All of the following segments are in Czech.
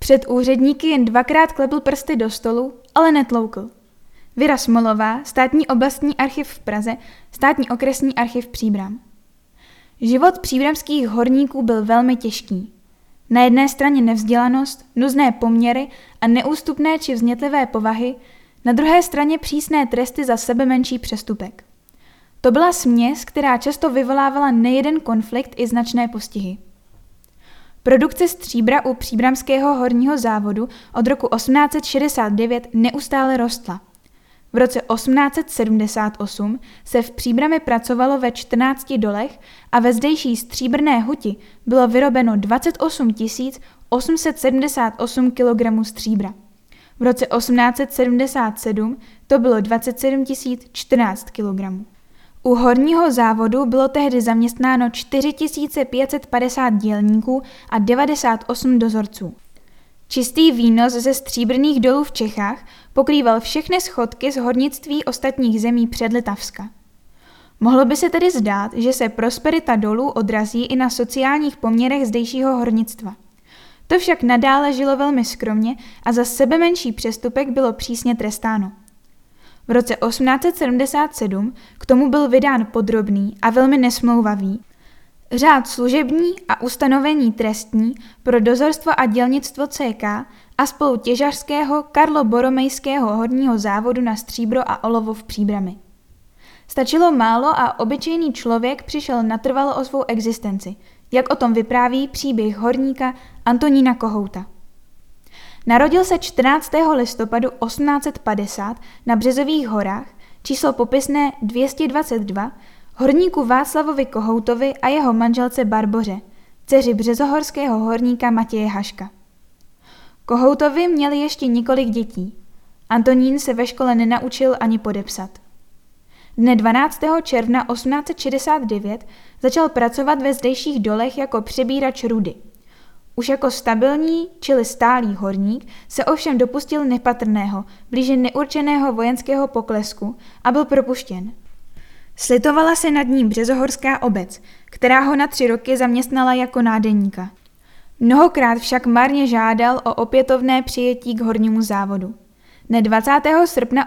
Před úředníky jen 2krát klepl prsty do stolu, ale netloukl. Věra Smolová, Státní oblastní archiv v Praze, Státní okresní archiv Příbram. Život příbramských horníků byl velmi těžký. Na jedné straně nevzdělanost, nuzné poměry a neústupné či vznětlivé povahy, na druhé straně přísné tresty za sebemenší přestupek. To byla směs, která často vyvolávala nejeden konflikt i značné postihy. Produkce stříbra u Příbramského horního závodu od roku 1869 neustále rostla. V roce 1878 se v Příbrami pracovalo ve 14 dolech a ve zdejší stříbrné huti bylo vyrobeno 28 878 kg stříbra. V roce 1877 to bylo 27 014 kg. U horního závodu bylo tehdy zaměstnáno 4 550 dělníků a 98 dozorců. Čistý výnos ze stříbrných dolů v Čechách pokrýval všechny schodky z hornictví ostatních zemí předlitavska. Mohlo by se tedy zdát, že se prosperita dolů odrazí i na sociálních poměrech zdejšího hornictva. To však nadále žilo velmi skromně a za sebemenší přestupek bylo přísně trestáno. V roce 1877 k tomu byl vydán podrobný a velmi nesmlouvavý řád služební a ustanovení trestní pro dozorstvo a dělnictvo CK a spolu těžařského Karloboromejského horního závodu na stříbro a olovo v Příbrami. Stačilo málo a obyčejný člověk přišel natrvalo o svou existenci, jak o tom vypráví příběh horníka Antonína Kohouta. Narodil se 14. listopadu 1850 na Březových horách, číslo popisné 222, horníku Václavovi Kohoutovi a jeho manželce Barboře, dceři březohorského horníka Matěje Haška. Kohoutovi měli ještě několik dětí. Antonín se ve škole nenaučil ani podepsat. Dne 12. června 1869 začal pracovat ve zdejších dolech jako přebírač rudy. Už jako stabilní, čili stálý horník, se ovšem dopustil nepatrného, blíže neurčeného vojenského poklesku a byl propuštěn. Slitovala se nad ním březohorská obec, která ho na 3 roky zaměstnala jako nádeníka. Mnohokrát však marně žádal o opětovné přijetí k hornímu závodu. Dne 20. srpna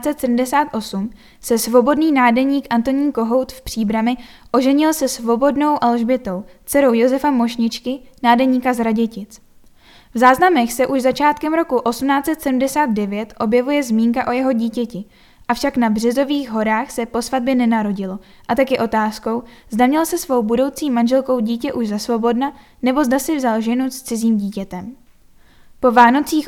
1878 se svobodný nádeník Antonín Kohout v Příbrami oženil se svobodnou Alžbětou, dcerou Josefa Mošničky, nádeníka z Radětic. V záznamech se už začátkem roku 1879 objevuje zmínka o jeho dítěti, avšak na Březových horách se po svatbě nenarodilo a tak je otázkou, zda měl se svou budoucí manželkou dítě už za svobodna, nebo zda si vzal ženu s cizím dítětem. Po Vánocích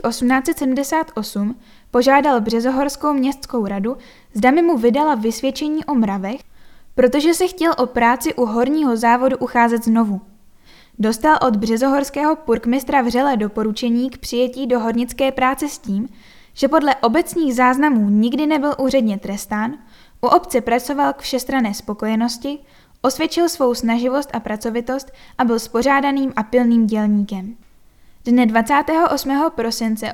1878 požádal Březohorskou městskou radu, zda mi mu vydala vysvědčení o mravech, protože se chtěl o práci u horního závodu ucházet znovu. Dostal od březohorského purkmistra vřelé doporučení k přijetí do hornické práce s tím, že podle obecních záznamů nikdy nebyl úředně trestán, u obce pracoval k všestranné spokojenosti, osvědčil svou snaživost a pracovitost a byl spořádaným a pilným dělníkem. Dne 28. prosince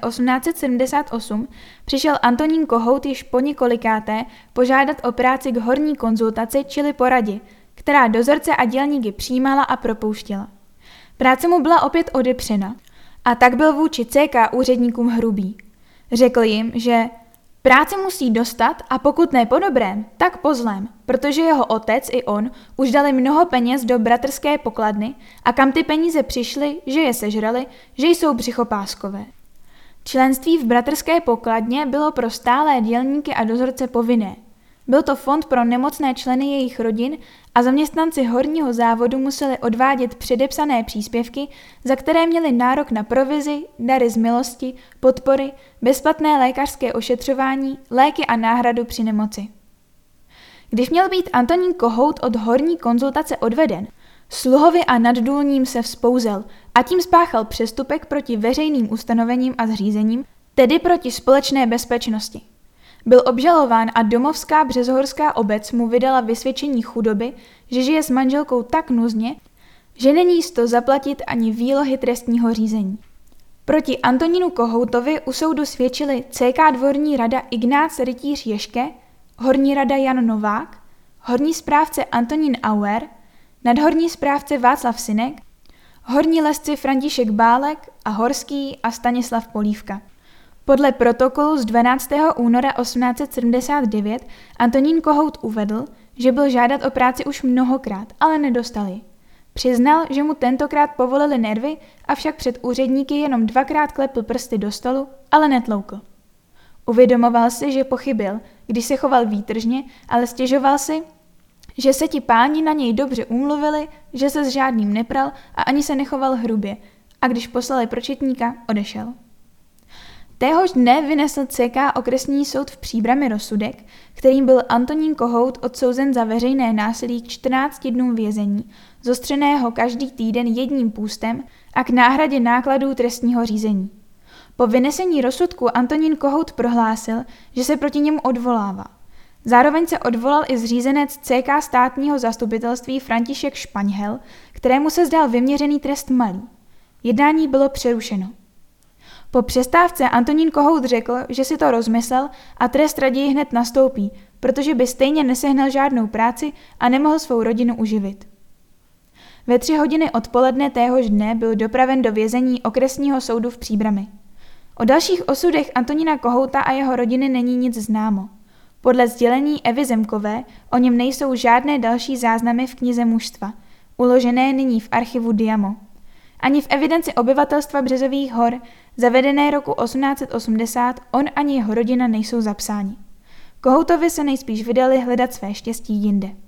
1878 přišel Antonín Kohout již po několikáté požádat o práci k horní konzultaci, čili poradě, která dozorce a dělníky přijímala a propouštěla. Práce mu byla opět odepřena a tak byl vůči CK úředníkům hrubý. Řekl jim, že práci musí dostat a pokud ne po dobrém, tak po zlém, protože jeho otec i on už dali mnoho peněz do bratrské pokladny a kam ty peníze přišly, že je sežrali, že jsou břichopáskové. Členství v bratrské pokladně bylo pro stálé dělníky a dozorce povinné. Byl to fond pro nemocné členy jejich rodin a zaměstnanci horního závodu museli odvádět předepsané příspěvky, za které měli nárok na provizi, dary z milosti, podpory, bezplatné lékařské ošetřování, léky a náhradu při nemoci. Když měl být Antonín Kohout od horní konzultace odveden, sluhovi a naddůlním se vzpouzel a tím spáchal přestupek proti veřejným ustanovením a zřízením, tedy proti společné bezpečnosti. Byl obžalován a domovská březohorská obec mu vydala vysvědčení chudoby, že žije s manželkou tak nuzně, že není jisto zaplatit ani výlohy trestního řízení. Proti Antonínu Kohoutovi u soudu svědčili CK dvorní rada Ignác Rytíř Ješke, horní rada Jan Novák, horní správce Antonín Auer, nadhorní správce Václav Synek, horní lesci František Bálek a Horský a Stanislav Polívka. Podle protokolu z 12. února 1879 Antonín Kohout uvedl, že byl žádat o práci už mnohokrát, ale nedostal ji. Přiznal, že mu tentokrát povolili nervy, avšak před úředníky jenom 2krát klepl prsty do stolu, ale netloukl. Uvědomoval si, že pochybil, když se choval výtržně, ale stěžoval si, že se ti páni na něj dobře umluvili, že se s žádným nepral a ani se nechoval hrubě, a když poslali pro četníka, odešel. Téhož dne vynesl CK okresní soud v Příbrami rozsudek, kterým byl Antonín Kohout odsouzen za veřejné násilí k 14 dnům vězení, zostřeného každý týden 1 půstem a k náhradě nákladů trestního řízení. Po vynesení rozsudku Antonín Kohout prohlásil, že se proti němu odvolává. Zároveň se odvolal i zřízenec CK státního zastupitelství František Špaňhel, kterému se zdal vyměřený trest malý. Jednání bylo přerušeno. Po přestávce Antonín Kohout řekl, že si to rozmyslel a trest raději hned nastoupí, protože by stejně nesehnal žádnou práci a nemohl svou rodinu uživit. Ve 3 hodiny odpoledne téhož dne byl dopraven do vězení okresního soudu v Příbrami. O dalších osudech Antonína Kohouta a jeho rodiny není nic známo. Podle sdělení Evy Zemkové o něm nejsou žádné další záznamy v knize mužstva, uložené nyní v archivu Diamo. Ani v evidenci obyvatelstva Březových hor, zavedené roku 1880, on ani jeho rodina nejsou zapsáni. Kohoutovi se nejspíš vydali hledat své štěstí jinde.